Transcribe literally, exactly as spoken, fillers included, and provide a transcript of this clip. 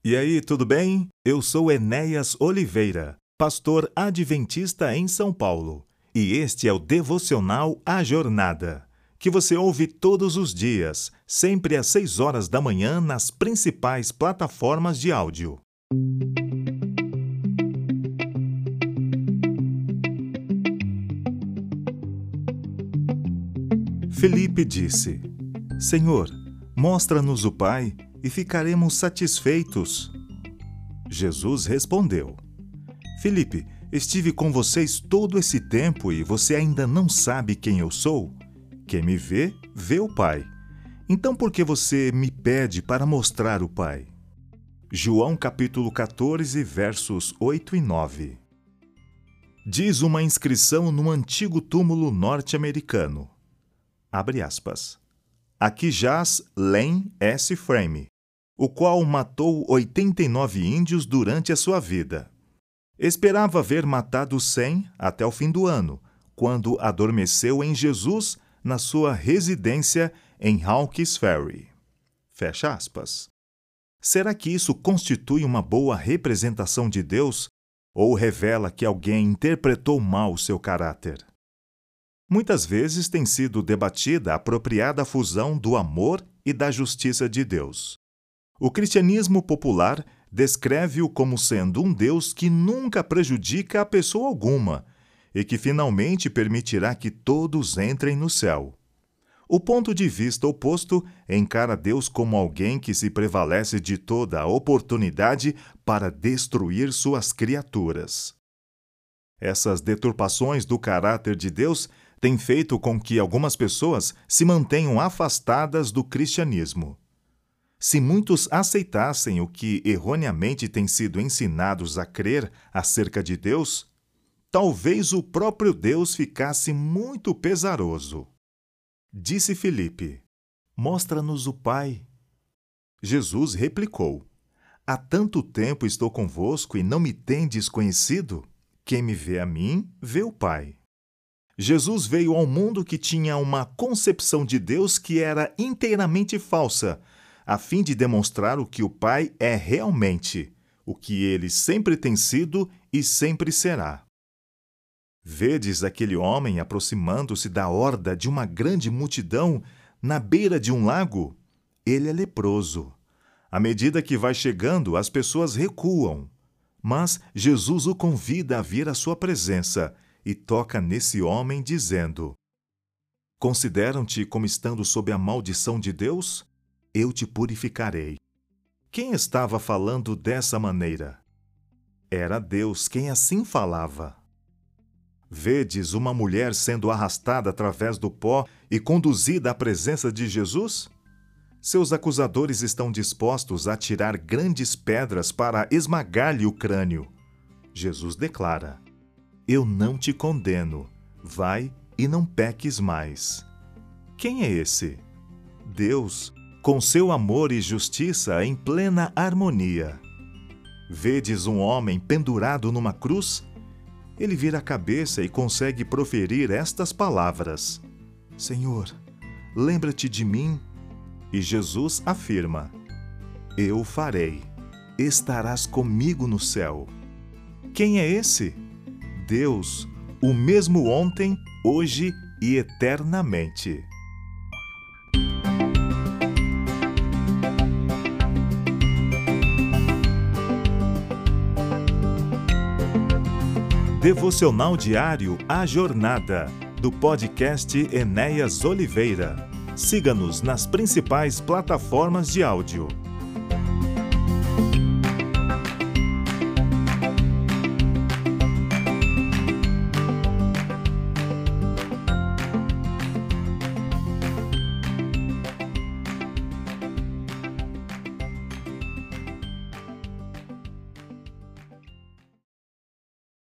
E aí, tudo bem? Eu sou Enéas Oliveira, pastor adventista em São Paulo, e este é o Devocional A Jornada, que você ouve todos os dias, sempre às seis horas da manhã nas principais plataformas de áudio. Filipe disse: Senhor, mostra-nos o Pai e ficaremos satisfeitos. Jesus respondeu: Filipe, estive com vocês todo esse tempo e você ainda não sabe quem eu sou? Quem me vê, vê o Pai. Então por que você me pede para mostrar o Pai? João capítulo quatorze, versos oito e nove. Diz uma inscrição no antigo túmulo norte-americano. Abre aspas. Aqui jaz Len S. Frame, o qual matou oitenta e nove índios durante a sua vida. Esperava ver matado cem até o fim do ano, quando adormeceu em Jesus na sua residência em Hawkes Ferry. Fecha aspas. Será que isso constitui uma boa representação de Deus ou revela que alguém interpretou mal seu caráter? Muitas vezes tem sido debatida a apropriada fusão do amor e da justiça de Deus. O cristianismo popular descreve-o como sendo um Deus que nunca prejudica a pessoa alguma e que finalmente permitirá que todos entrem no céu. O ponto de vista oposto encara Deus como alguém que se prevalece de toda a oportunidade para destruir suas criaturas. Essas deturpações do caráter de Deus têm feito com que algumas pessoas se mantenham afastadas do cristianismo. Se muitos aceitassem o que erroneamente têm sido ensinados a crer acerca de Deus, talvez o próprio Deus ficasse muito pesaroso. Disse Filipe: Mostra-nos o Pai. Jesus replicou: Há tanto tempo estou convosco e não me tendes conhecido? Quem me vê a mim, vê o Pai. Jesus veio ao mundo que tinha uma concepção de Deus que era inteiramente falsa, a fim de demonstrar o que o Pai é realmente, o que ele sempre tem sido e sempre será. Vedes aquele homem aproximando-se da horda de uma grande multidão na beira de um lago? Ele é leproso. À medida que vai chegando, as pessoas recuam. Mas Jesus o convida a vir à sua presença e toca nesse homem, dizendo: Consideram-te como estando sob a maldição de Deus? Eu te purificarei. Quem estava falando dessa maneira? Era Deus quem assim falava. Vedes uma mulher sendo arrastada através do pó e conduzida à presença de Jesus? Seus acusadores estão dispostos a tirar grandes pedras para esmagar-lhe o crânio. Jesus declara: Eu não te condeno. Vai e não peques mais. Quem é esse? Deus, com seu amor e justiça em plena harmonia. Vedes um homem pendurado numa cruz? Ele vira a cabeça e consegue proferir estas palavras: Senhor, lembra-te de mim. E Jesus afirma: Eu o farei. Estarás comigo no céu. Quem é esse? Deus, o mesmo ontem, hoje e eternamente. Devocional diário A Jornada, do podcast Enéas Oliveira. Siga-nos nas principais plataformas de áudio.